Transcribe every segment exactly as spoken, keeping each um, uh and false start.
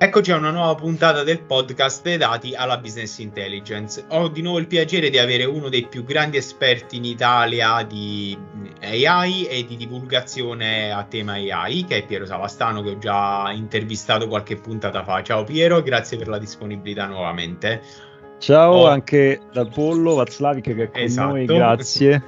Eccoci a una nuova puntata del podcast dedicati alla business intelligence. Ho di nuovo il piacere di avere uno dei più grandi esperti in Italia di A I e di divulgazione a tema A I, che è Piero Savastano, che ho già intervistato qualche puntata fa. Ciao Piero, grazie per la disponibilità nuovamente. Ciao oh. anche dal Pollo Václavic che è con esatto. noi, grazie.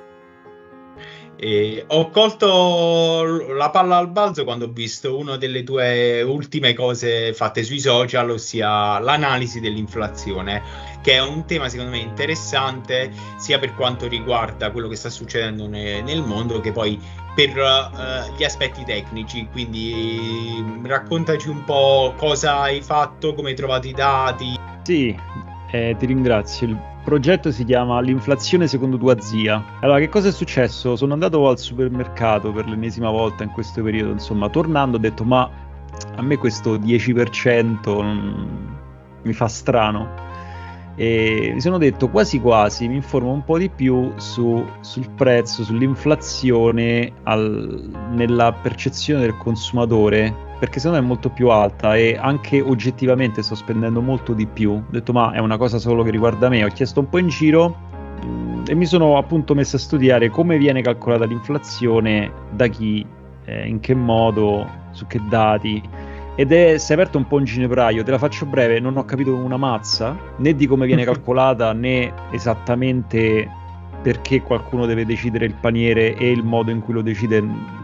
E ho colto la palla al balzo quando ho visto una delle tue ultime cose fatte sui social, ossia l'analisi dell'inflazione, che è un tema secondo me interessante sia per quanto riguarda quello che sta succedendo ne- nel mondo che poi per uh, gli aspetti tecnici. Quindi raccontaci un po' cosa hai fatto, come hai trovato i dati. Sì, eh, ti ringrazio. Il progetto si chiama L'inflazione secondo tua zia. Allora, che cosa è successo? Sono andato al supermercato per l'ennesima volta in questo periodo, insomma, tornando ho detto ma a me questo dieci per cento non... mi fa strano. E mi sono detto quasi quasi mi informo un po' di più su, sul prezzo, sull'inflazione al, nella percezione del consumatore, perché secondo me è molto più alta e anche oggettivamente sto spendendo molto di più. Ho detto ma è una cosa solo che riguarda me. Ho chiesto un po' in giro mh, e mi sono appunto messo a studiare come viene calcolata l'inflazione, da chi, eh, in che modo, su che dati. Ed è, si è aperto un po' un ginepraio, te la faccio breve, non ho capito una mazza, né di come viene calcolata, né esattamente perché qualcuno deve decidere il paniere e il modo in cui lo decide.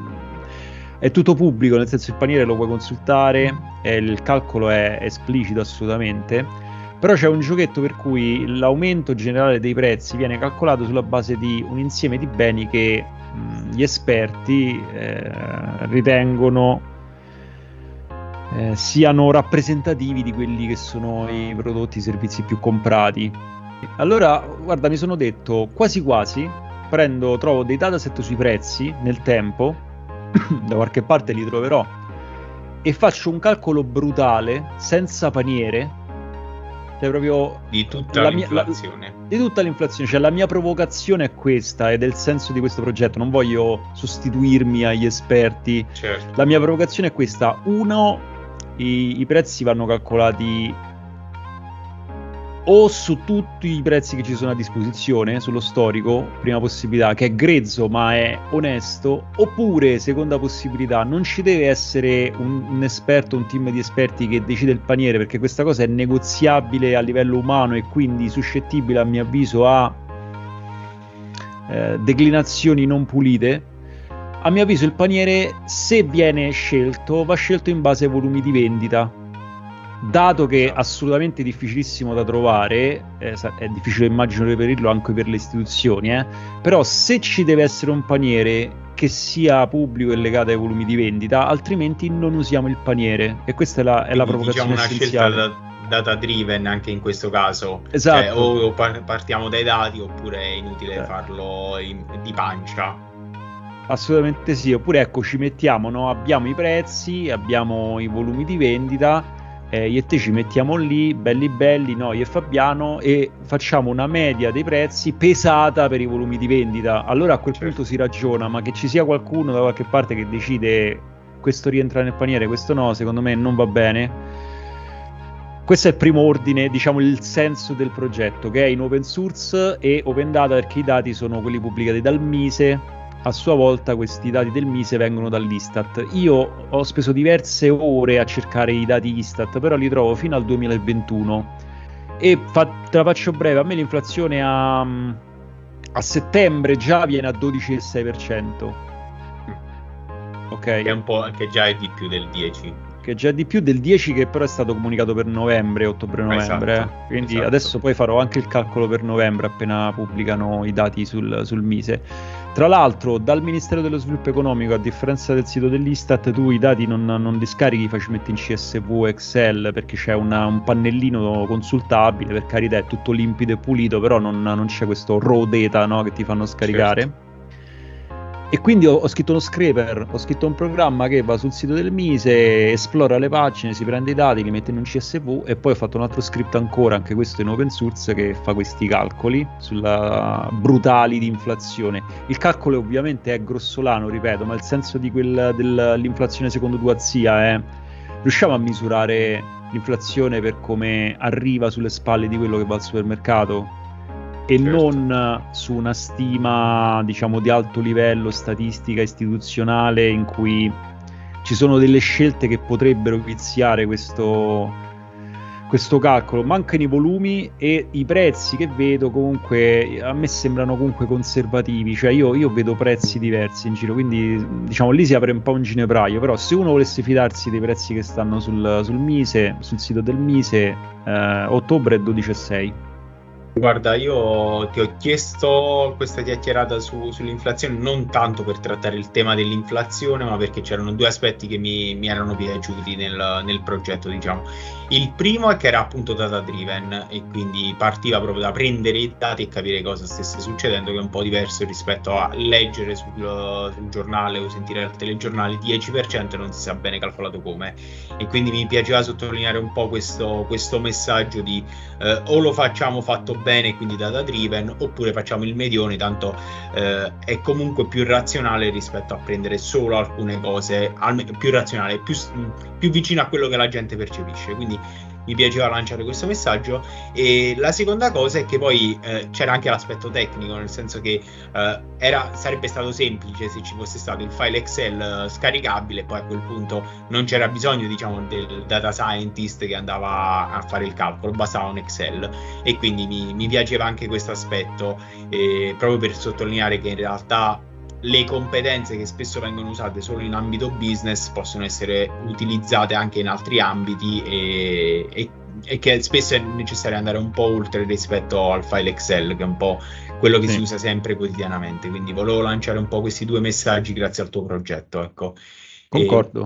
È tutto pubblico, nel senso il paniere lo puoi consultare, e il calcolo è esplicito assolutamente, però c'è un giochetto per cui l'aumento generale dei prezzi viene calcolato sulla base di un insieme di beni che mh, gli esperti eh, ritengono Eh, siano rappresentativi di quelli che sono i prodotti e i servizi più comprati. Allora, guarda, mi sono detto quasi quasi prendo, trovo dei dataset sui prezzi nel tempo, da qualche parte li troverò, e faccio un calcolo brutale, senza paniere, cioè proprio di tutta la l'inflazione. Mia, la, di tutta l'inflazione, cioè la mia provocazione è questa ed è il senso di questo progetto. Non voglio sostituirmi agli esperti. Certo. La mia provocazione è questa: uno, I, i prezzi vanno calcolati o su tutti i prezzi che ci sono a disposizione, sullo storico, prima possibilità, che è grezzo ma è onesto, oppure, seconda possibilità, non ci deve essere un, un esperto, un team di esperti che decide il paniere, perché questa cosa è negoziabile a livello umano e quindi suscettibile, a mio avviso, a eh, declinazioni non pulite. A mio avviso il paniere, se viene scelto, va scelto in base ai volumi di vendita, dato che è assolutamente difficilissimo da trovare, eh, è difficile immagino reperirlo anche per le istituzioni, eh, però se ci deve essere un paniere che sia pubblico e legato ai volumi di vendita, altrimenti non usiamo il paniere, e questa è la, è la provocazione diciamo una essenziale. Scelta da, data driven anche in questo caso. Esatto. Cioè, o, o partiamo dai dati oppure è inutile eh. farlo in, di pancia. Assolutamente sì, oppure ecco ci mettiamo, no? Abbiamo i prezzi, abbiamo i volumi di vendita, eh, io e te ci mettiamo lì, belli belli, no? Io e Fabiano, e facciamo una media dei prezzi pesata per i volumi di vendita. Allora a quel certo. punto si ragiona, ma che ci sia qualcuno da qualche parte che decide questo rientra nel paniere, questo no, secondo me non va bene. Questo è il primo ordine, diciamo il senso del progetto, che è in open source e open data, perché i dati sono quelli pubblicati dal Mise. A sua volta questi dati del Mise vengono dall'Istat. Io ho speso diverse ore a cercare i dati Istat, però li trovo fino al duemilaventuno. E fa, te la faccio breve, a me l'inflazione a, a settembre già viene a dodici virgola sei per cento. Ok. Che è un po', che già è di più del dieci. Che già è di più del dieci, che però è stato comunicato per novembre, ottobre-novembre. Esatto, eh. Quindi esatto. Adesso poi farò anche il calcolo per novembre appena pubblicano i dati sul, sul Mise. Tra l'altro dal Ministero dello Sviluppo Economico, a differenza del sito dell'Istat, tu i dati non, non li scarichi facilmente in C S V o Excel, perché c'è una, un pannellino consultabile, per carità è tutto limpido e pulito, però non, non c'è questo raw data, no, che ti fanno scaricare. Certo. E quindi ho, ho scritto uno scraper, ho scritto un programma che va sul sito del Mise, esplora le pagine, si prende i dati, li mette in un C S V, e poi ho fatto un altro script ancora, anche questo in open source, che fa questi calcoli sulla brutali di inflazione. Il calcolo ovviamente è grossolano, ripeto, ma il senso di quel, dell'inflazione secondo tua zia è riusciamo a misurare l'inflazione per come arriva sulle spalle di quello che va al supermercato e Certo. non su una stima, diciamo, di alto livello, statistica istituzionale, in cui ci sono delle scelte che potrebbero viziare questo, questo calcolo. Mancano i volumi e i prezzi che vedo comunque a me sembrano comunque conservativi, cioè io, io vedo prezzi diversi in giro, quindi diciamo lì si apre un po' un ginepraio, però se uno volesse fidarsi dei prezzi che stanno sul, sul Mise, sul sito del Mise, eh, ottobre è dodici virgola sei. Guarda, io ti ho chiesto questa chiacchierata su- sull'inflazione non tanto per trattare il tema dell'inflazione, ma perché c'erano due aspetti che mi, mi erano piaciuti nel, nel progetto, diciamo. Il primo è che era appunto data driven e quindi partiva proprio da prendere i dati e capire cosa stesse succedendo, che è un po' diverso rispetto a leggere sul, sul giornale o sentire al telegiornale dieci per cento e non si sa bene calcolato come. E quindi mi piaceva sottolineare un po' questo, questo messaggio di eh, o lo facciamo fatto bene, quindi data driven, oppure facciamo il medione, tanto eh, è comunque più razionale rispetto a prendere solo alcune cose, alme- più razionale, più, più vicino a quello che la gente percepisce. Quindi mi piaceva lanciare questo messaggio. E la seconda cosa è che poi eh, c'era anche l'aspetto tecnico, nel senso che eh, era, sarebbe stato semplice se ci fosse stato il file Excel eh, scaricabile, poi a quel punto non c'era bisogno, diciamo, del data scientist che andava a fare il calcolo, bastava un Excel. E quindi mi, mi piaceva anche questo aspetto, eh, proprio per sottolineare che in realtà le competenze che spesso vengono usate solo in ambito business possono essere utilizzate anche in altri ambiti e, e, e che spesso è necessario andare un po' oltre rispetto al file Excel, che è un po' quello che Sì. si usa sempre quotidianamente. Quindi volevo lanciare un po' questi due messaggi grazie al tuo progetto, ecco. Concordo.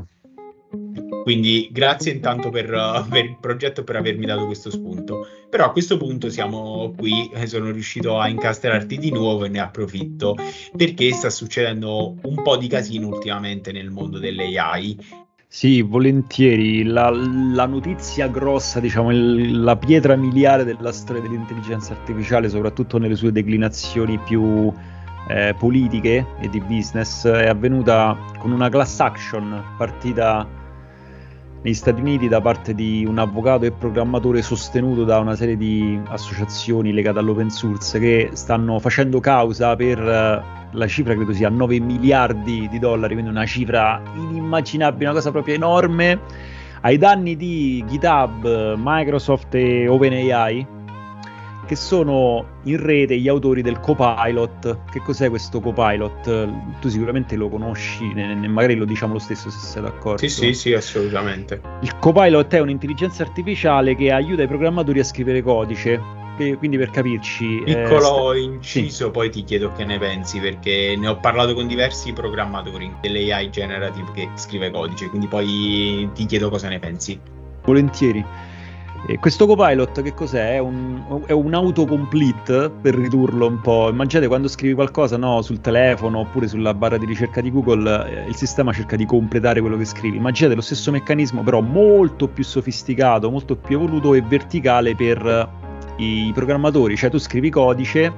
E quindi grazie intanto per, uh, per il progetto e per avermi dato questo spunto. Però a questo punto siamo qui, eh, sono riuscito a incastrarti di nuovo e ne approfitto perché sta succedendo un po' di casino ultimamente nel mondo dell'A I. Sì, volentieri. La, la notizia grossa, diciamo, il- la pietra miliare della storia dell'intelligenza artificiale, soprattutto nelle sue declinazioni più eh, politiche e di business, è avvenuta con una class action partita negli Stati Uniti da parte di un avvocato e programmatore sostenuto da una serie di associazioni legate all'open source che stanno facendo causa per eh, la cifra, credo sia nove miliardi di dollari, quindi una cifra inimmaginabile, una cosa proprio enorme, ai danni di GitHub, Microsoft e OpenAI, che sono in rete gli autori del Copilot. Che cos'è questo Copilot? Tu sicuramente lo conosci, ne- ne- magari lo diciamo lo stesso se sei d'accordo. Sì, sì, sì, assolutamente. Il Copilot è un'intelligenza artificiale che aiuta i programmatori a scrivere codice, e quindi per capirci... eh, Piccolo sta- inciso, sì. poi ti chiedo che ne pensi, perché ne ho parlato con diversi programmatori dell'A I generative che scrive codice, quindi poi ti chiedo cosa ne pensi. Volentieri. E questo Copilot che cos'è? È un, è un autocomplete, per ridurlo un po'. Immaginate quando scrivi qualcosa, no, sul telefono oppure sulla barra di ricerca di Google, eh, il sistema cerca di completare quello che scrivi. Immaginate lo stesso meccanismo, però molto più sofisticato, molto più evoluto e verticale per eh, i programmatori. Cioè tu scrivi codice,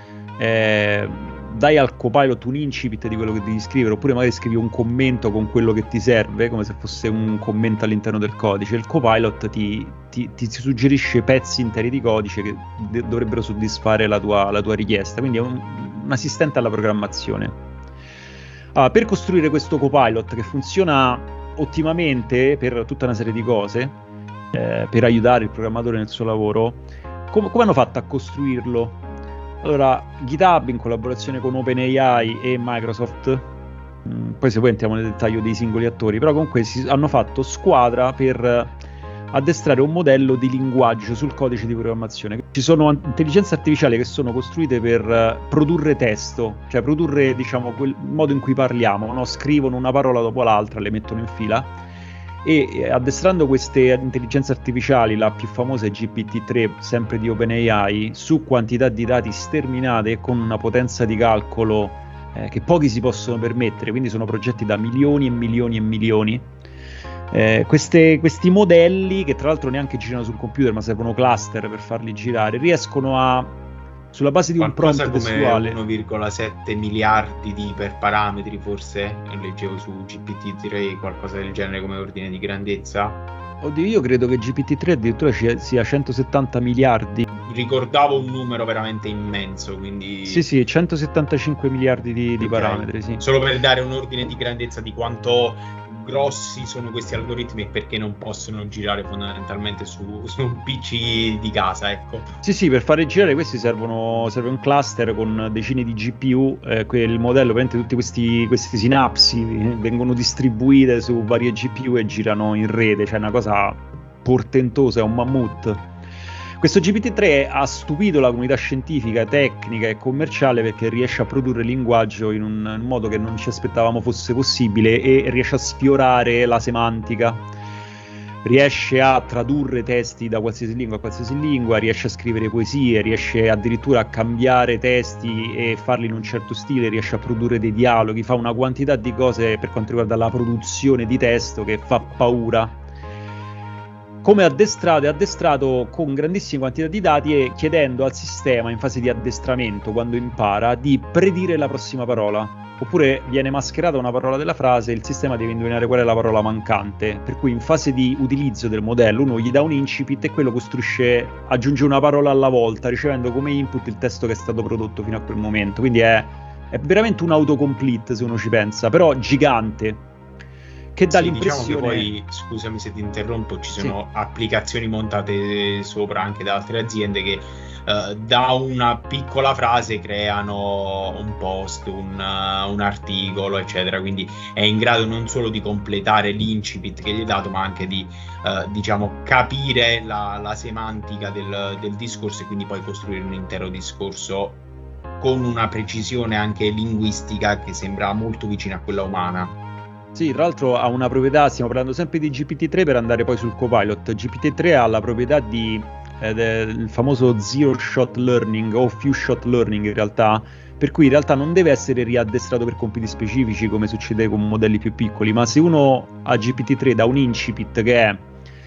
eh, dai al Copilot un incipit di quello che devi scrivere, oppure magari scrivi un commento con quello che ti serve, come se fosse un commento all'interno del codice. Il Copilot ti, ti, ti suggerisce pezzi interi di codice che de- dovrebbero soddisfare la tua, la tua richiesta, quindi è un, un assistente alla programmazione. Allora, per costruire questo Copilot che funziona ottimamente per tutta una serie di cose, eh, per aiutare il programmatore nel suo lavoro, com- come hanno fatto a costruirlo? Allora, GitHub in collaborazione con OpenAI e Microsoft, mh, poi se poi entriamo nel dettaglio dei singoli attori, però comunque si hanno fatto squadra per addestrare un modello di linguaggio sul codice di programmazione. Ci sono intelligenze artificiali che sono costruite per uh, produrre testo, cioè produrre, diciamo, quel modo in cui parliamo, no? Scrivono una parola dopo l'altra, le mettono in fila. E addestrando queste intelligenze artificiali, la più famosa è G P T tre, sempre di OpenAI, su quantità di dati sterminate e con una potenza di calcolo eh, che pochi si possono permettere, quindi sono progetti da milioni e milioni e milioni. Eh, queste, questi modelli, che tra l'altro neanche girano sul computer ma servono cluster per farli girare, riescono a sulla base di un qualcosa prompt come testuale. uno virgola sette miliardi di iperparametri, forse leggevo su G P T tre, qualcosa del genere come ordine di grandezza. Oddio, io credo che G P T tre addirittura ci- sia centosettanta miliardi. Ricordavo un numero veramente immenso, quindi Sì, sì, centosettantacinque miliardi di, di ok. parametri, sì. Solo per dare un ordine di grandezza di quanto grossi sono questi algoritmi e perché non possono girare fondamentalmente su, su un P C di casa, ecco. Sì, sì, per fare girare questi servono, serve un cluster con decine di G P U, eh, quel modello, ovviamente tutti questi, questi sinapsi eh, vengono distribuite su varie G P U e girano in rete, cioè è una cosa portentosa, è un mammut. Questo G P T tre ha stupito la comunità scientifica, tecnica e commerciale perché riesce a produrre linguaggio in un, in un modo che non ci aspettavamo fosse possibile e riesce a sfiorare la semantica. Riesce a tradurre testi da qualsiasi lingua a qualsiasi lingua, riesce a scrivere poesie, riesce addirittura a cambiare testi e farli in un certo stile, riesce a produrre dei dialoghi, fa una quantità di cose per quanto riguarda la produzione di testo che fa paura. Come addestrato, è addestrato con grandissime quantità di dati e chiedendo al sistema in fase di addestramento, quando impara, di predire la prossima parola. Oppure viene mascherata una parola della frase e il sistema deve indovinare qual è la parola mancante. Per cui in fase di utilizzo del modello uno gli dà un incipit e quello costruisce, aggiunge una parola alla volta, ricevendo come input il testo che è stato prodotto fino a quel momento. Quindi è, è veramente un autocomplete, se uno ci pensa, però gigante. Che dà Sì, l'impressione... diciamo che poi, scusami se ti interrompo, ci sono Sì. applicazioni montate sopra anche da altre aziende che eh, da una piccola frase creano un post, un, uh, un articolo, eccetera. Quindi è in grado non solo di completare l'incipit che gli hai dato, ma anche di eh, diciamo capire la, la semantica del, del discorso e quindi poi costruire un intero discorso con una precisione anche linguistica che sembra molto vicina a quella umana. Sì, tra l'altro ha una proprietà, stiamo parlando sempre di G P T tre per andare poi sul Copilot. G P T tre ha la proprietà di eh, del famoso zero shot learning o few shot learning in realtà, per cui in realtà non deve essere riaddestrato per compiti specifici come succede con modelli più piccoli, ma se uno a G P T tre dà un incipit che è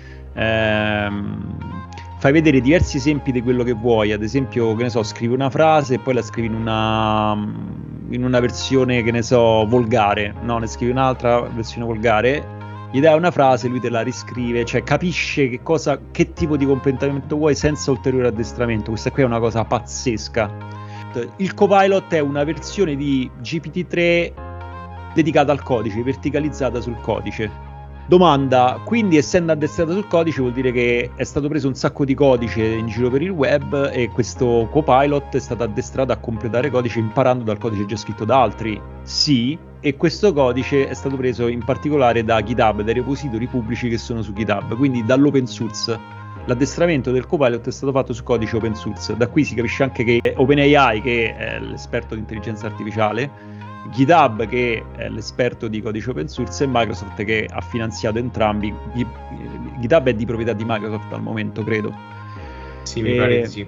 ehm, fai vedere diversi esempi di quello che vuoi, ad esempio, che ne so, scrivi una frase e poi la scrivi in una, in una versione, che ne so, volgare, no, ne scrivi un'altra versione volgare, gli dai una frase, lui te la riscrive, cioè capisce che cosa, che tipo di completamento vuoi senza ulteriore addestramento. Questa qui è una cosa pazzesca. Il Copilot è una versione di G P T tre dedicata al codice, verticalizzata sul codice. Domanda, quindi essendo addestrato sul codice vuol dire che è stato preso un sacco di codice in giro per il web e questo Copilot è stato addestrato a completare codice imparando dal codice già scritto da altri? Sì, e questo codice è stato preso in particolare da GitHub, dai repository pubblici che sono su GitHub, quindi dall'open source. L'addestramento del Copilot è stato fatto su codice open source. Da qui si capisce anche che OpenAI, che è l'esperto di intelligenza artificiale, GitHub che è l'esperto di codice open source e Microsoft che ha finanziato entrambi. GitHub è di proprietà di Microsoft al momento, credo. Sì, mi pare di sì.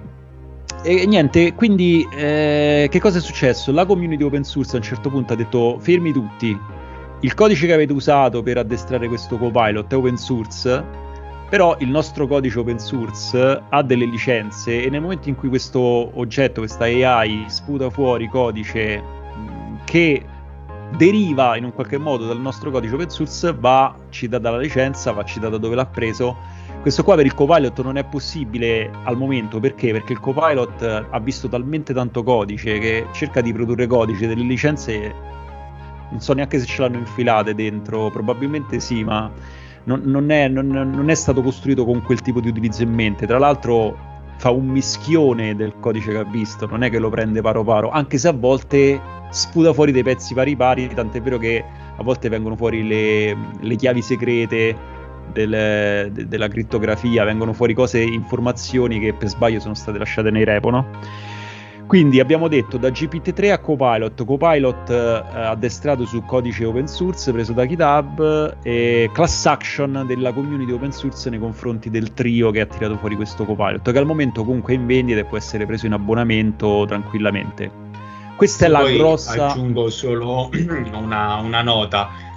E niente, quindi eh, che cosa è successo? La community open source a un certo punto ha detto fermi tutti, il codice che avete usato per addestrare questo Copilot è open source, però il nostro codice open source ha delle licenze e nel momento in cui questo oggetto, questa A I sputa fuori codice che deriva in un qualche modo dal nostro codice open source, va citata la licenza, va citata dove l'ha preso. Questo qua per il Copilot non è possibile al momento, perché? Perché il Copilot ha visto talmente tanto codice che cerca di produrre codice, delle licenze non so neanche se ce l'hanno infilate dentro, probabilmente sì, ma non, non, è, non, non è stato costruito con quel tipo di utilizzo in mente. Tra l'altro fa un mischione del codice che ha visto, non è che lo prende paro paro, anche se a volte sputa fuori dei pezzi pari pari, tant'è vero che a volte vengono fuori le, le chiavi segrete del, de, della crittografia, vengono fuori cose, informazioni che per sbaglio sono state lasciate nei repo, no? Quindi abbiamo detto da G P T tre a Copilot, Copilot eh, addestrato su codice open source preso da GitHub e class action della community open source nei confronti del trio che ha tirato fuori questo Copilot, che al momento comunque è in vendita e può essere preso in abbonamento tranquillamente. Questa Sì, è la poi grossa... aggiungo solo una, una nota.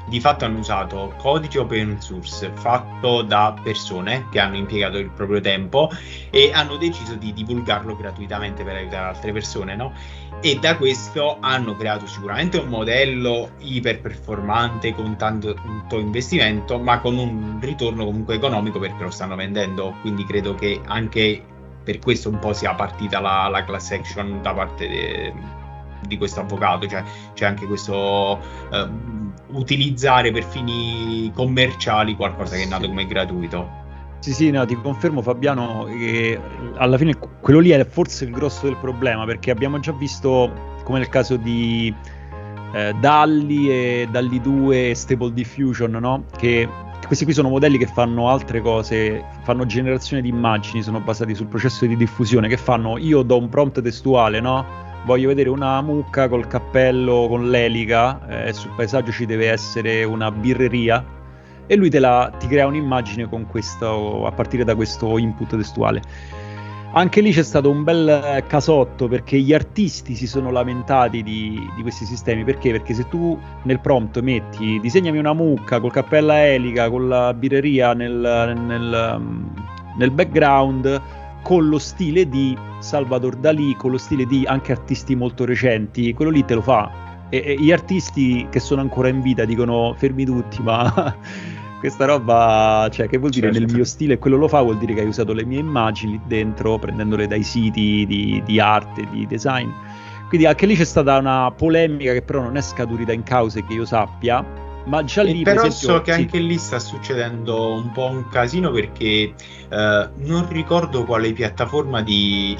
di fatto hanno usato codice open source fatto da persone che hanno impiegato il proprio tempo e hanno deciso di divulgarlo gratuitamente per aiutare altre persone, no? E da questo hanno creato sicuramente un modello iper performante con tanto, tanto investimento, ma con un ritorno comunque economico perché lo stanno vendendo, quindi credo che anche per questo un po' sia partita la, la class action da parte de, di questo avvocato, cioè c'è anche questo eh, utilizzare per fini commerciali qualcosa che è nato come gratuito. Sì, sì, no, ti confermo Fabiano che alla fine quello lì è forse il grosso del problema, perché abbiamo già visto, come nel caso di eh, Dalli e Dalli due e Stable Diffusion, no? Che questi qui sono modelli che fanno altre cose, fanno generazione di immagini, sono basati sul processo di diffusione, che fanno, io do un prompt testuale, no? Voglio vedere una mucca col cappello, con l'elica, e eh, sul paesaggio ci deve essere una birreria, e lui te la, ti crea un'immagine con questo, a partire da questo input testuale. Anche lì c'è stato un bel casotto, perché gli artisti si sono lamentati di, di questi sistemi. Perché? Perché se tu nel prompt metti disegnami una mucca col cappello a elica, con la birreria nel, nel, nel background, con lo stile di Salvador Dalì, con lo stile di anche artisti molto recenti, quello lì te lo fa. E, e gli artisti che sono ancora in vita dicono fermi tutti, ma questa roba, cioè, che vuol dire? Certo. Nel mio stile quello lo fa, vuol dire che hai usato le mie immagini dentro, prendendole dai siti di, di arte, di design. Quindi anche lì c'è stata una polemica che però non è scaturita in cause che io sappia, ma già lì, E però per esempio, so che sì. anche lì sta succedendo un po' un casino, perché eh, non ricordo quale piattaforma di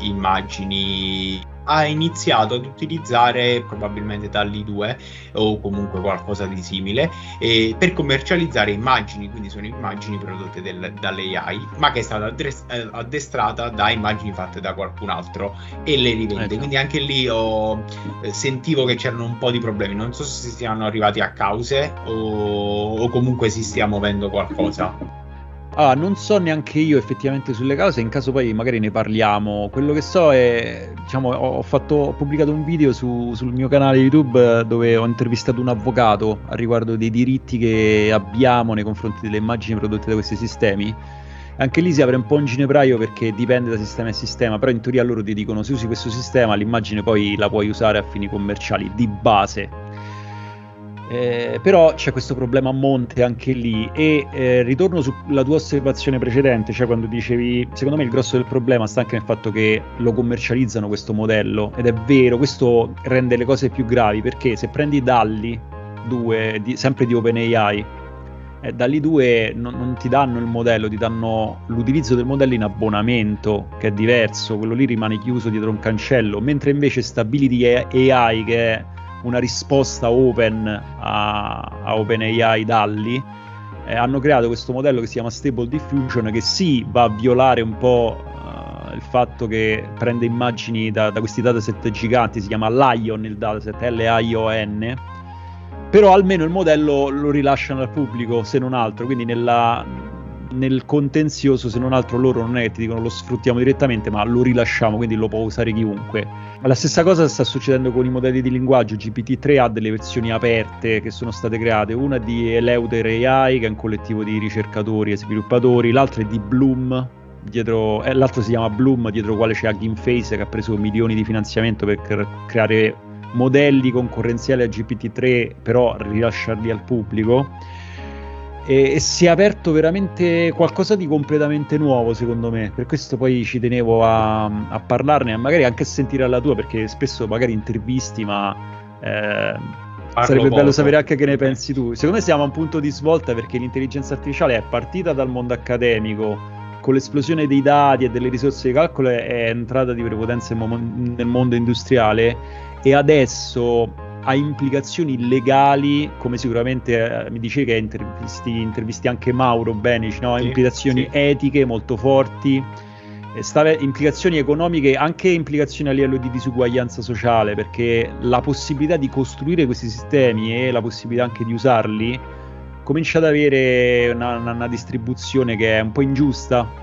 immagini ha iniziato ad utilizzare, probabilmente Dalli due o comunque qualcosa di simile, eh, per commercializzare immagini, quindi sono immagini prodotte del, dall'A I, ma che è stata addres- eh, addestrata da immagini fatte da qualcun altro e le rivende. Esatto. Quindi anche lì ho, eh, sentivo che c'erano un po' di problemi, non so se siano arrivati a cause o, o comunque si stia muovendo qualcosa. Ah, non so neanche io effettivamente sulle cause, in caso poi magari ne parliamo. Quello che so è, diciamo, ho, fatto, ho pubblicato un video su, sul mio canale YouTube dove ho intervistato un avvocato a riguardo dei diritti che abbiamo nei confronti delle immagini prodotte da questi sistemi. Anche lì si apre un po' un ginepraio, perché dipende da sistema a sistema, però in teoria loro ti dicono se usi questo sistema l'immagine poi la puoi usare a fini commerciali di base. Eh, però c'è questo problema a monte anche lì, e eh, ritorno sulla tua osservazione precedente, cioè quando dicevi, secondo me il grosso del problema sta anche nel fatto che lo commercializzano questo modello, ed è vero, questo rende le cose più gravi, perché se prendi Dalli due, di, sempre di OpenAI, eh, Dalli due non, non ti danno il modello, ti danno l'utilizzo del modello in abbonamento, che è diverso, quello lì rimane chiuso dietro un cancello, mentre invece Stability A I, che è una risposta open a, a OpenAI Dalli, eh, hanno creato questo modello che si chiama Stable Diffusion, che sì, va a violare un po' uh, il fatto che prende immagini da, da questi dataset giganti, si chiama Lion il dataset, L A I O N, però almeno il modello lo rilasciano al pubblico, se non altro, quindi nella, nel contenzioso, se non altro, loro non è che ti dicono lo sfruttiamo direttamente, ma lo rilasciamo, quindi lo può usare chiunque. La stessa cosa sta succedendo con i modelli di linguaggio. G P T tre ha delle versioni aperte che sono state create, una è di Eleuter A I, che è un collettivo di ricercatori e sviluppatori, l'altra è di Bloom, dietro, eh, l'altro si chiama Bloom, dietro quale c'è Hugging Face, che ha preso milioni di finanziamento per cre- creare modelli concorrenziali a G P T tre, però rilasciarli al pubblico. E, e si è aperto veramente qualcosa di completamente nuovo, secondo me. Per questo poi ci tenevo a, a parlarne e magari anche a sentire la tua, perché spesso magari intervisti, ma eh, sarebbe poco. bello sapere anche che ne pensi tu. Secondo me siamo a un punto di svolta, perché l'intelligenza artificiale è partita dal mondo accademico, con l'esplosione dei dati e delle risorse di calcolo è entrata di prepotenza nel mondo industriale, e adesso ha implicazioni legali, come sicuramente eh, mi dicevi che intervisti, intervisti anche Mauro Benici, no? Sì, implicazioni sì. etiche molto forti, eh, stave, implicazioni economiche, anche implicazioni a livello di disuguaglianza sociale, perché la possibilità di costruire questi sistemi e la possibilità anche di usarli comincia ad avere una, una, una distribuzione che è un po' ingiusta.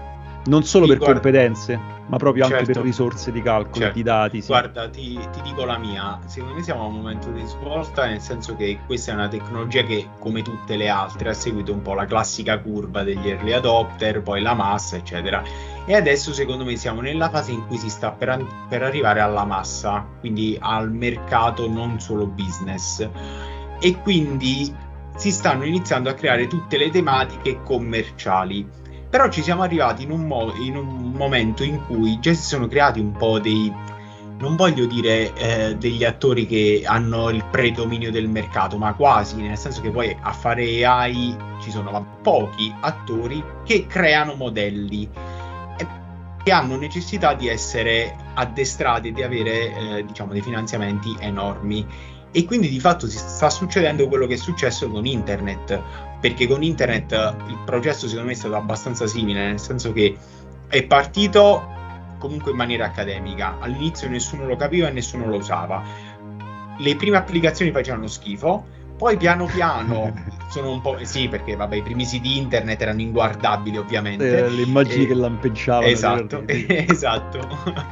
Non solo Sì, per guarda, competenze, ma proprio anche per certo, risorse di calcolo, certo. di dati, sì. Guarda, ti, ti dico la mia. Secondo me siamo a un momento di svolta, nel senso che questa è una tecnologia che, come tutte le altre, ha seguito un po' la classica curva degli early adopter, poi la massa, eccetera. E adesso, secondo me, siamo nella fase in cui si sta per, an- per arrivare alla massa, quindi al mercato non solo business. E quindi si stanno iniziando a creare tutte le tematiche commerciali. Però ci siamo arrivati in un, mo- in un momento in cui già si sono creati un po' dei, non voglio dire eh, degli attori che hanno il predominio del mercato, ma quasi, nel senso che poi a fare A I ci sono pochi attori che creano modelli e che hanno necessità di essere addestrati e di avere, eh, diciamo, dei finanziamenti enormi. E quindi di fatto si sta succedendo quello che è successo con internet, perché con internet il processo secondo me è stato abbastanza simile, nel senso che è partito comunque in maniera accademica. All'inizio nessuno lo capiva e nessuno lo usava. Le prime applicazioni facevano schifo, poi piano piano sono un po'... Sì, perché vabbè, i primi siti internet erano inguardabili ovviamente. Eh, le immagini che E... lampeggiavano, ti Esatto, ricordi? Sì. esatto.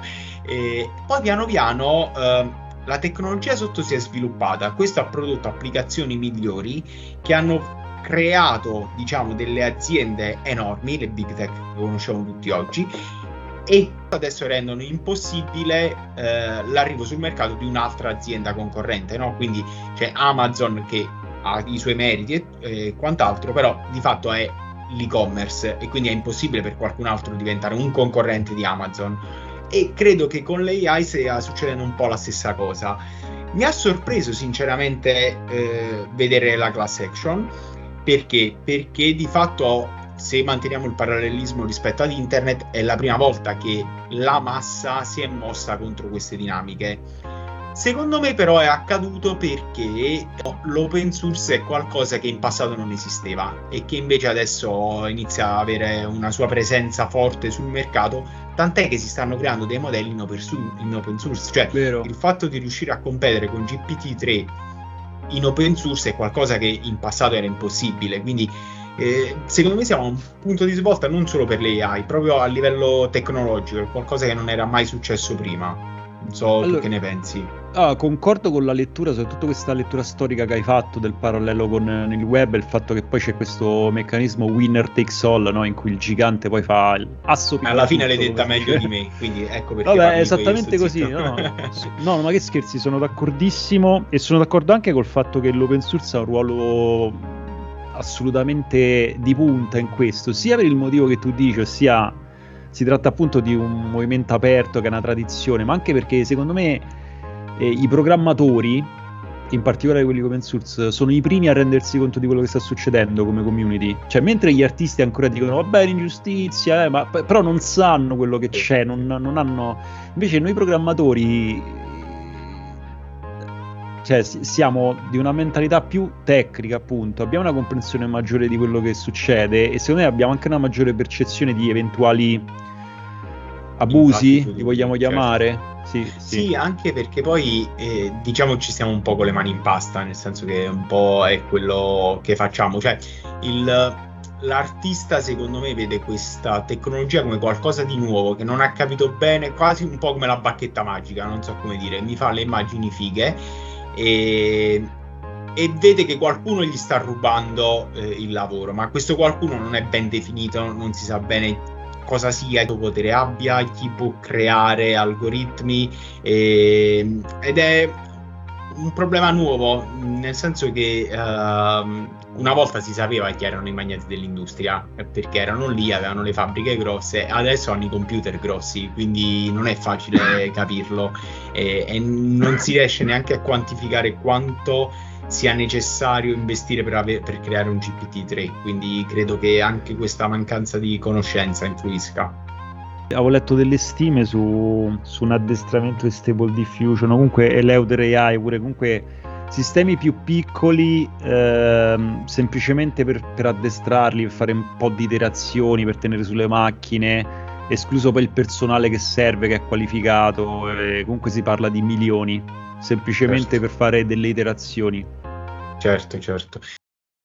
E poi piano piano eh, la tecnologia sotto si è sviluppata. Questo ha prodotto applicazioni migliori che hanno creato, diciamo, delle aziende enormi, le big tech che conosciamo tutti oggi, e adesso rendono impossibile eh, l'arrivo sul mercato di un'altra azienda concorrente, no? Quindi c'è Amazon che ha i suoi meriti e eh, quant'altro, però di fatto è l'e-commerce e quindi è impossibile per qualcun altro diventare un concorrente di Amazon. E credo che con l'A I stia succedendo un po' la stessa cosa. Mi ha sorpreso sinceramente eh, vedere la class action. Perché? Perché di fatto, se manteniamo il parallelismo rispetto ad internet, è la prima volta che la massa si è mossa contro queste dinamiche. Secondo me però è accaduto perché l'open source è qualcosa che in passato non esisteva e che invece adesso inizia a avere una sua presenza forte sul mercato, tant'è che si stanno creando dei modelli in open, su- in open source. Cioè Vero. il fatto di riuscire a competere con G P T tre in open source è qualcosa che in passato era impossibile, quindi eh, secondo me siamo a un punto di svolta non solo per l'A I, proprio a livello tecnologico, è qualcosa che non era mai successo prima. Non so tu Allora, che ne pensi. ah, concordo con la lettura, soprattutto questa lettura storica che hai fatto del parallelo con eh, il web, e il fatto che poi c'è questo meccanismo winner takes all, no? In cui il gigante poi fa il asso Alla piglia fine l'hai tutto, come detta si meglio dice. di me, quindi ecco perché Vabbè, è parli tu e io sto esattamente così, zitto. no? So- No, no, ma che scherzi, sono d'accordissimo e sono d'accordo anche col fatto che l'open source ha un ruolo assolutamente di punta in questo, sia per il motivo che tu dici, ossia si tratta appunto di un movimento aperto che è una tradizione, ma anche perché secondo me eh, i programmatori, in particolare quelli open source, sono i primi a rendersi conto di quello che sta succedendo come community. Cioè, mentre gli artisti ancora dicono vabbè, l'ingiustizia, eh, ma p- però non sanno quello che c'è, non, non hanno... Invece noi programmatori, cioè, si- siamo di una mentalità più tecnica, appunto, abbiamo una comprensione maggiore di quello che succede e secondo me abbiamo anche una maggiore percezione di eventuali abusi, Infatti, li vogliamo certo. chiamare? Sì, sì. Sì, anche perché poi eh, diciamo ci stiamo un po' con le mani in pasta, nel senso che un po' è quello che facciamo. Cioè, il, l'artista secondo me vede questa tecnologia come qualcosa di nuovo che non ha capito bene, quasi un po' come la bacchetta magica, non so come dire, mi fa le immagini fighe e, e vede che qualcuno gli sta rubando eh, il lavoro, ma questo qualcuno non è ben definito, non si sa bene cosa sia, che potere abbia, chi può creare algoritmi e, ed è un problema nuovo, nel senso che uh, una volta si sapeva chi erano i magnati dell'industria perché erano lì, avevano le fabbriche grosse, adesso hanno i computer grossi, quindi non è facile capirlo e, e non si riesce neanche a quantificare quanto sia necessario investire per, ave- per creare un G P T tre, quindi credo che anche questa mancanza di conoscenza influisca. Avevo letto delle stime su, su un addestramento di Stable Diffusion, o comunque Eleuter A I, pure comunque sistemi più piccoli, ehm, semplicemente per, per addestrarli, per fare un po' di iterazioni, per tenere sulle macchine, escluso poi il personale che serve, che è qualificato, e comunque si parla di milioni, semplicemente Certo. per fare delle iterazioni. Certo, certo.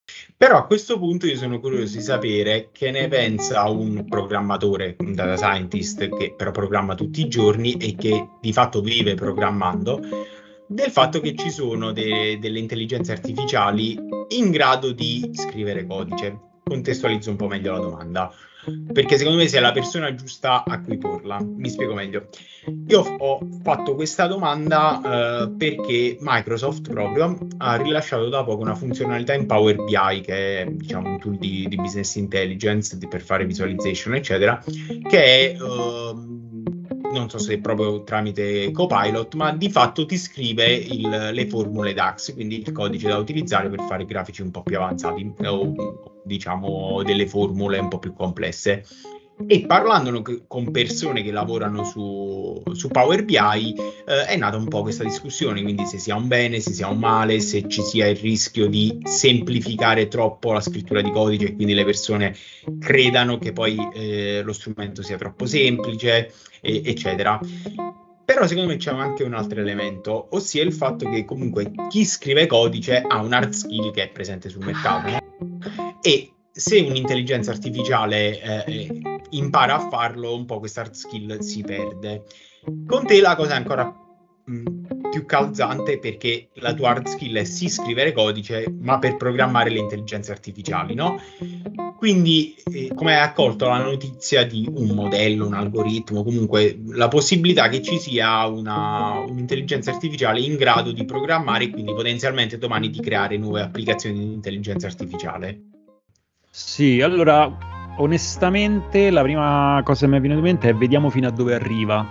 Però a questo punto io sono curioso di sapere che ne pensa un programmatore, un data scientist che però programma tutti i giorni e che di fatto vive programmando, del fatto che ci sono de- delle intelligenze artificiali in grado di scrivere codice. Contestualizzo un po' meglio la domanda, perché secondo me sei la persona giusta a cui porla. Mi spiego meglio. Io ho fatto questa domanda eh, perché Microsoft proprio ha rilasciato da poco una funzionalità in Power B I, che è diciamo un tool di, di business intelligence di, per fare visualization, eccetera, che è, eh, non so se proprio tramite Copilot, ma di fatto ti scrive il, le formule DAX, quindi il codice da utilizzare per fare grafici un po' più avanzati o diciamo delle formule un po' più complesse. E parlando con persone che lavorano su, su Power B I eh, è nata un po' questa discussione, quindi se sia un bene, se sia un male, se ci sia il rischio di semplificare troppo la scrittura di codice e quindi le persone credano che poi eh, lo strumento sia troppo semplice, e, eccetera. Però secondo me c'è anche un altro elemento, ossia il fatto che comunque chi scrive codice ha un hard skill che è presente sul mercato, no? E se un'intelligenza artificiale eh, impara a farlo, un po' questa hard skill si perde. Con te la cosa è ancora mh, più calzante, perché la tua hard skill è sì scrivere codice, ma per programmare le intelligenze artificiali, no? Quindi, eh, come hai accolto la notizia di un modello, un algoritmo, comunque la possibilità che ci sia una, un'intelligenza artificiale in grado di programmare e quindi potenzialmente domani di creare nuove applicazioni di intelligenza artificiale? Sì, allora, onestamente, la prima cosa che mi è venuta in mente è vediamo fino a dove arriva.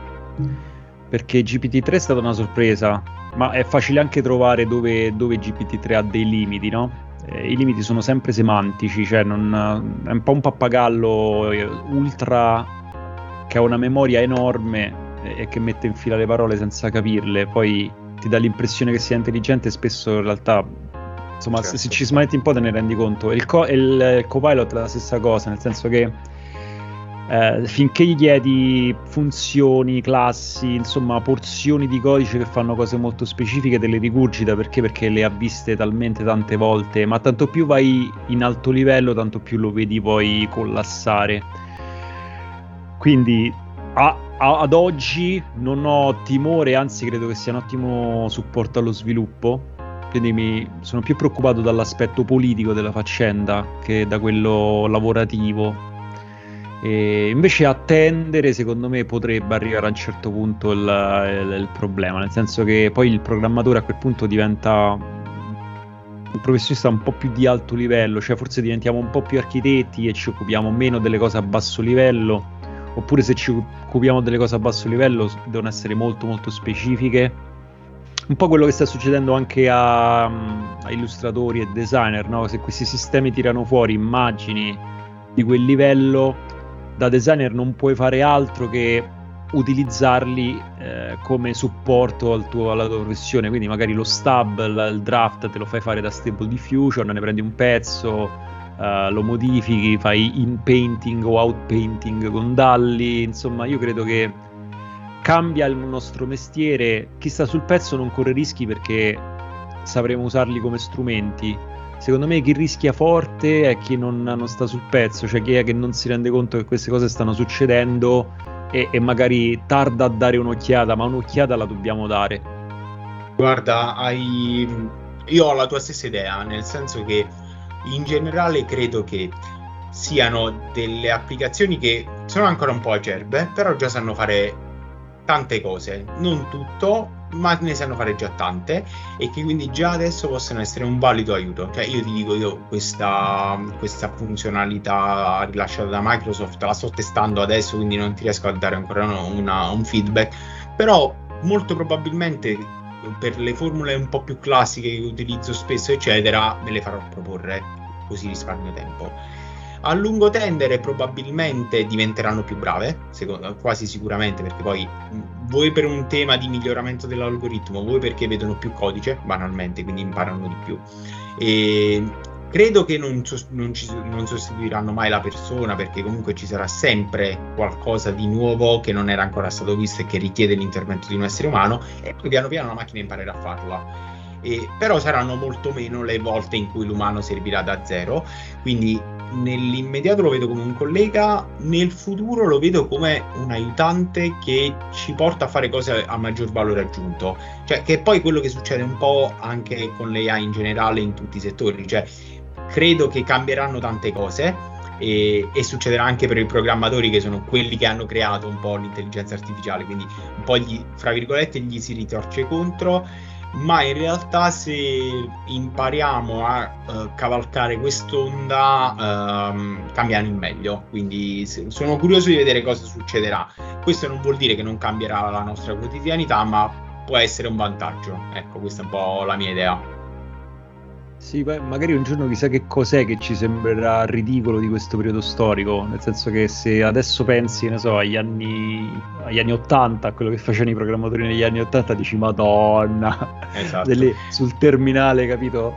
Perché G P T tre è stata una sorpresa, ma è facile anche trovare dove, dove G P T tre ha dei limiti, no? Eh, I limiti sono sempre semantici, cioè non, è un po' un pappagallo eh, ultra che ha una memoria enorme e, e che mette in fila le parole senza capirle, poi ti dà l'impressione che sia intelligente, spesso in realtà, insomma, certo. se, se ci smanetti un po' te ne rendi conto. Il, co- il, il Copilot è la stessa cosa, nel senso che Eh, finché gli chiedi funzioni, classi, insomma porzioni di codice che fanno cose molto specifiche, te le rigurgita. Perché? Perché le ha viste talmente tante volte, ma tanto più vai in alto livello, tanto più lo vedi poi collassare. Quindi a, a, ad oggi non ho timore, anzi credo che sia un ottimo supporto allo sviluppo, quindi mi sono più preoccupato dall'aspetto politico della faccenda che da quello lavorativo. E invece attendere, secondo me, potrebbe arrivare a un certo punto il, il, il problema, nel senso che poi il programmatore a quel punto diventa un professionista un po' più di alto livello, cioè forse diventiamo un po' più architetti e ci occupiamo meno delle cose a basso livello, oppure se ci occupiamo delle cose a basso livello devono essere molto molto specifiche. Un po' quello che sta succedendo anche a, a illustratori e designer, no? Se questi sistemi tirano fuori immagini di quel livello, da designer non puoi fare altro che utilizzarli eh, come supporto al tuo, alla tua professione. Quindi magari lo stub, il, il draft te lo fai fare da Stable Diffusion, ne prendi un pezzo, eh, lo modifichi, fai in painting o out painting con Dalli. Insomma, io credo che cambia il nostro mestiere. Chi sta sul pezzo non corre rischi perché sapremo usarli come strumenti. Secondo me chi rischia forte è chi non, non sta sul pezzo, cioè chi è che non si rende conto che queste cose stanno succedendo e, e magari tarda a dare un'occhiata, ma un'occhiata la dobbiamo dare. Guarda, hai... io ho la tua stessa idea, nel senso che in generale credo che siano delle applicazioni che sono ancora un po' acerbe, però già sanno fare tante cose, non tutto, ma ne sanno fare già tante, e che quindi già adesso possono essere un valido aiuto. Cioè io ti dico, io questa, questa funzionalità rilasciata da Microsoft la sto testando adesso, quindi non ti riesco a dare ancora una, un feedback, però molto probabilmente per le formule un po' più classiche che utilizzo spesso eccetera me le farò proporre, così risparmio tempo. A lungo tendere probabilmente diventeranno più brave, secondo, quasi sicuramente, perché poi voi per un tema di miglioramento dell'algoritmo, voi perché vedono più codice, banalmente, quindi imparano di più. E credo che non, non, ci, non sostituiranno mai la persona, perché comunque ci sarà sempre qualcosa di nuovo che non era ancora stato visto e che richiede l'intervento di un essere umano, e poi piano piano la macchina imparerà a farla. e, però saranno molto meno le volte in cui l'umano servirà da zero, quindi nell'immediato lo vedo come un collega, nel futuro lo vedo come un aiutante che ci porta a fare cose a maggior valore aggiunto, cioè che è poi quello che succede un po' anche con l'A I in generale in tutti i settori, cioè credo che cambieranno tante cose e, e succederà anche per i programmatori, che sono quelli che hanno creato un po' l'intelligenza artificiale, quindi un po' gli, fra virgolette, gli si ritorce contro. Ma in realtà se impariamo a uh, cavalcare quest'onda um, cambiano in meglio, quindi se, sono curioso di vedere cosa succederà. Questo non vuol dire che non cambierà la nostra quotidianità, ma può essere un vantaggio. Ecco, questa è un po' la mia idea. Sì, beh, magari un giorno chissà che cos'è che ci sembrerà ridicolo di questo periodo storico, nel senso che se adesso pensi, ne so, agli anni, agli anni ottanta, a quello che facevano i programmatori negli anni ottanta, dici Madonna, esatto. Delle, sul terminale, capito?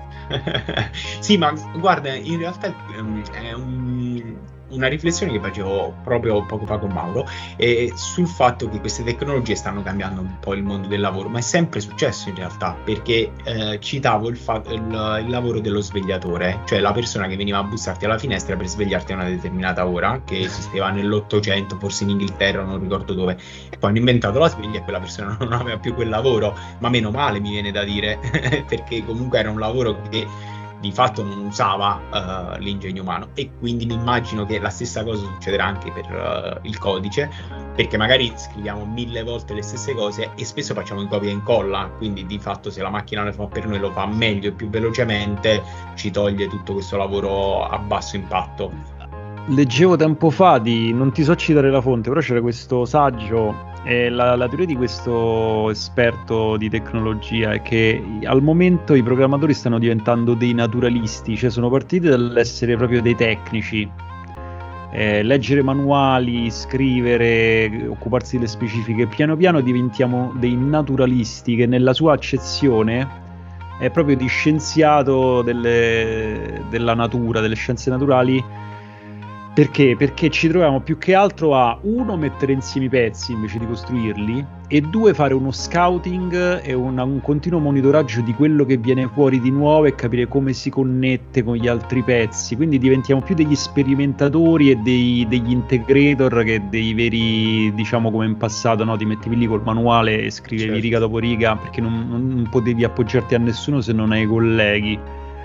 Sì, ma guarda, in realtà è un, una riflessione che facevo proprio poco fa con Mauro, e sul fatto che queste tecnologie stanno cambiando un po' il mondo del lavoro, ma è sempre successo in realtà, perché eh, citavo il, fa- il, il lavoro dello svegliatore, cioè la persona che veniva a bussarti alla finestra per svegliarti a una determinata ora, che esisteva nell'Ottocento, forse in Inghilterra, non ricordo dove, e poi hanno inventato la sveglia e quella persona non aveva più quel lavoro, ma meno male, mi viene da dire, perché comunque era un lavoro che di fatto non usava uh, l'ingegno umano, e quindi mi immagino che la stessa cosa succederà anche per uh, il codice, perché magari scriviamo mille volte le stesse cose e spesso facciamo in copia e incolla, quindi di fatto se la macchina lo fa per noi, lo fa meglio e più velocemente, ci toglie tutto questo lavoro a basso impatto. Leggevo tempo fa di, non ti so citare la fonte, però c'era questo saggio. E la, la teoria di questo esperto di tecnologia è che al momento i programmatori stanno diventando dei naturalisti, cioè sono partiti dall'essere proprio dei tecnici, eh, leggere manuali, scrivere, occuparsi delle specifiche. Piano piano diventiamo dei naturalisti, che nella sua accezione è proprio di scienziato delle, della natura, delle scienze naturali. Perché? Perché ci troviamo più che altro a, uno, mettere insieme i pezzi invece di costruirli, e due, fare uno scouting e una, un continuo monitoraggio di quello che viene fuori di nuovo e capire come si connette con gli altri pezzi. Quindi diventiamo più degli sperimentatori e dei, degli integrator che dei veri, diciamo come in passato, no? Ti mettevi lì col manuale e scrivevi certo. riga dopo riga, perché non, non potevi appoggiarti a nessuno se non ai colleghi.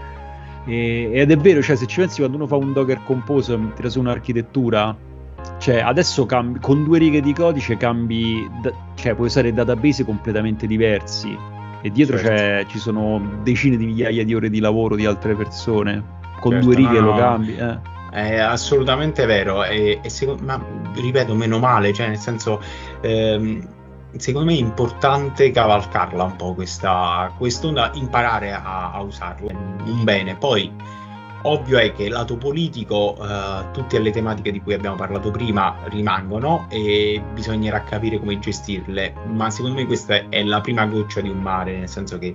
Ed è vero, cioè se ci pensi, quando uno fa un Docker Compose, tira su un'architettura, cioè adesso cambi, con due righe di codice cambi, cioè puoi usare database completamente diversi, e dietro certo. c'è, ci sono decine di migliaia di ore di lavoro di altre persone, con certo, due righe no, lo cambi. Eh. È assolutamente vero, e, e secondo, ma ripeto, meno male, cioè nel senso... Ehm, secondo me è importante cavalcarla un po' questa quest'onda, imparare a, a usarla, un bene. Poi ovvio è che lato politico uh, tutte le tematiche di cui abbiamo parlato prima rimangono e bisognerà capire come gestirle, ma secondo me questa è la prima goccia di un mare, nel senso che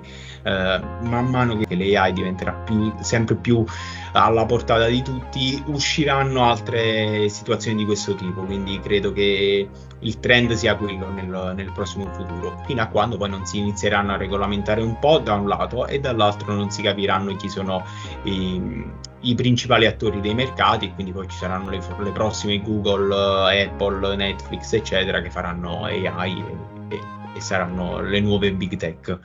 uh, man mano che l'A I diventerà più, sempre più alla portata di tutti, usciranno altre situazioni di questo tipo, quindi credo che il trend sia quello nel, nel prossimo futuro, fino a quando poi non si inizieranno a regolamentare un po' da un lato e dall'altro non si capiranno chi sono i, i principali attori dei mercati, e quindi poi ci saranno le, le prossime Google, Apple, Netflix eccetera che faranno A I e, e, e saranno le nuove big tech.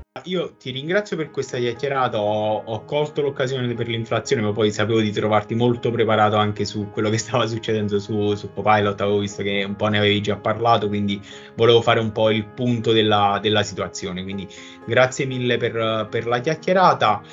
Io ti ringrazio per questa chiacchierata, ho, ho colto l'occasione per l'inflazione, ma poi sapevo di trovarti molto preparato anche su quello che stava succedendo su, su Copilot, avevo visto che un po' ne avevi già parlato, quindi volevo fare un po' il punto della, della situazione, quindi grazie mille per, per la chiacchierata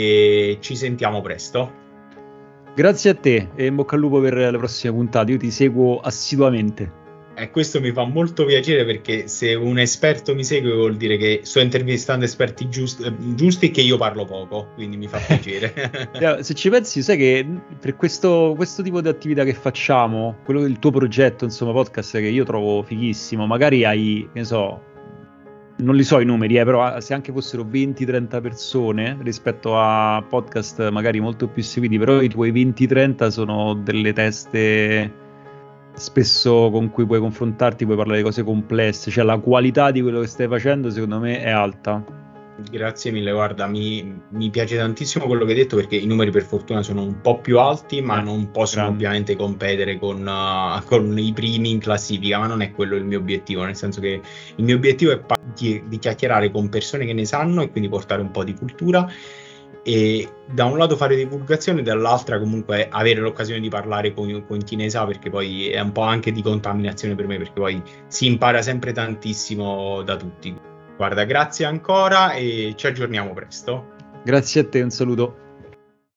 e ci sentiamo presto. Grazie a te e in bocca al lupo per le prossime puntate, io ti seguo assiduamente. E questo mi fa molto piacere, perché se un esperto mi segue vuol dire che sto intervistando esperti giusti, giusti e che io parlo poco, quindi mi fa piacere. Se ci pensi, sai che per questo, questo tipo di attività che facciamo, quello il tuo progetto, insomma, podcast, che io trovo fighissimo, magari hai, che ne so, non li so i numeri, eh, però se anche fossero venti trenta persone rispetto a podcast magari molto più seguiti, però i tuoi venti trenta sono delle teste spesso con cui puoi confrontarti, puoi parlare di cose complesse, cioè la qualità di quello che stai facendo secondo me è alta. Grazie mille, guarda, mi, mi piace tantissimo quello che hai detto, perché i numeri per fortuna sono un po' più alti, ma Eh, non possono grande. ovviamente competere con, uh, con i primi in classifica, ma non è quello il mio obiettivo, nel senso che il mio obiettivo è pa- di, di chiacchierare con persone che ne sanno e quindi portare un po' di cultura, e da un lato fare divulgazione, dall'altra comunque avere l'occasione di parlare con, con chi ne sa, perché poi è un po' anche di contaminazione per me, perché poi si impara sempre tantissimo da tutti. Guarda, grazie ancora e ci aggiorniamo presto. Grazie a te, un saluto.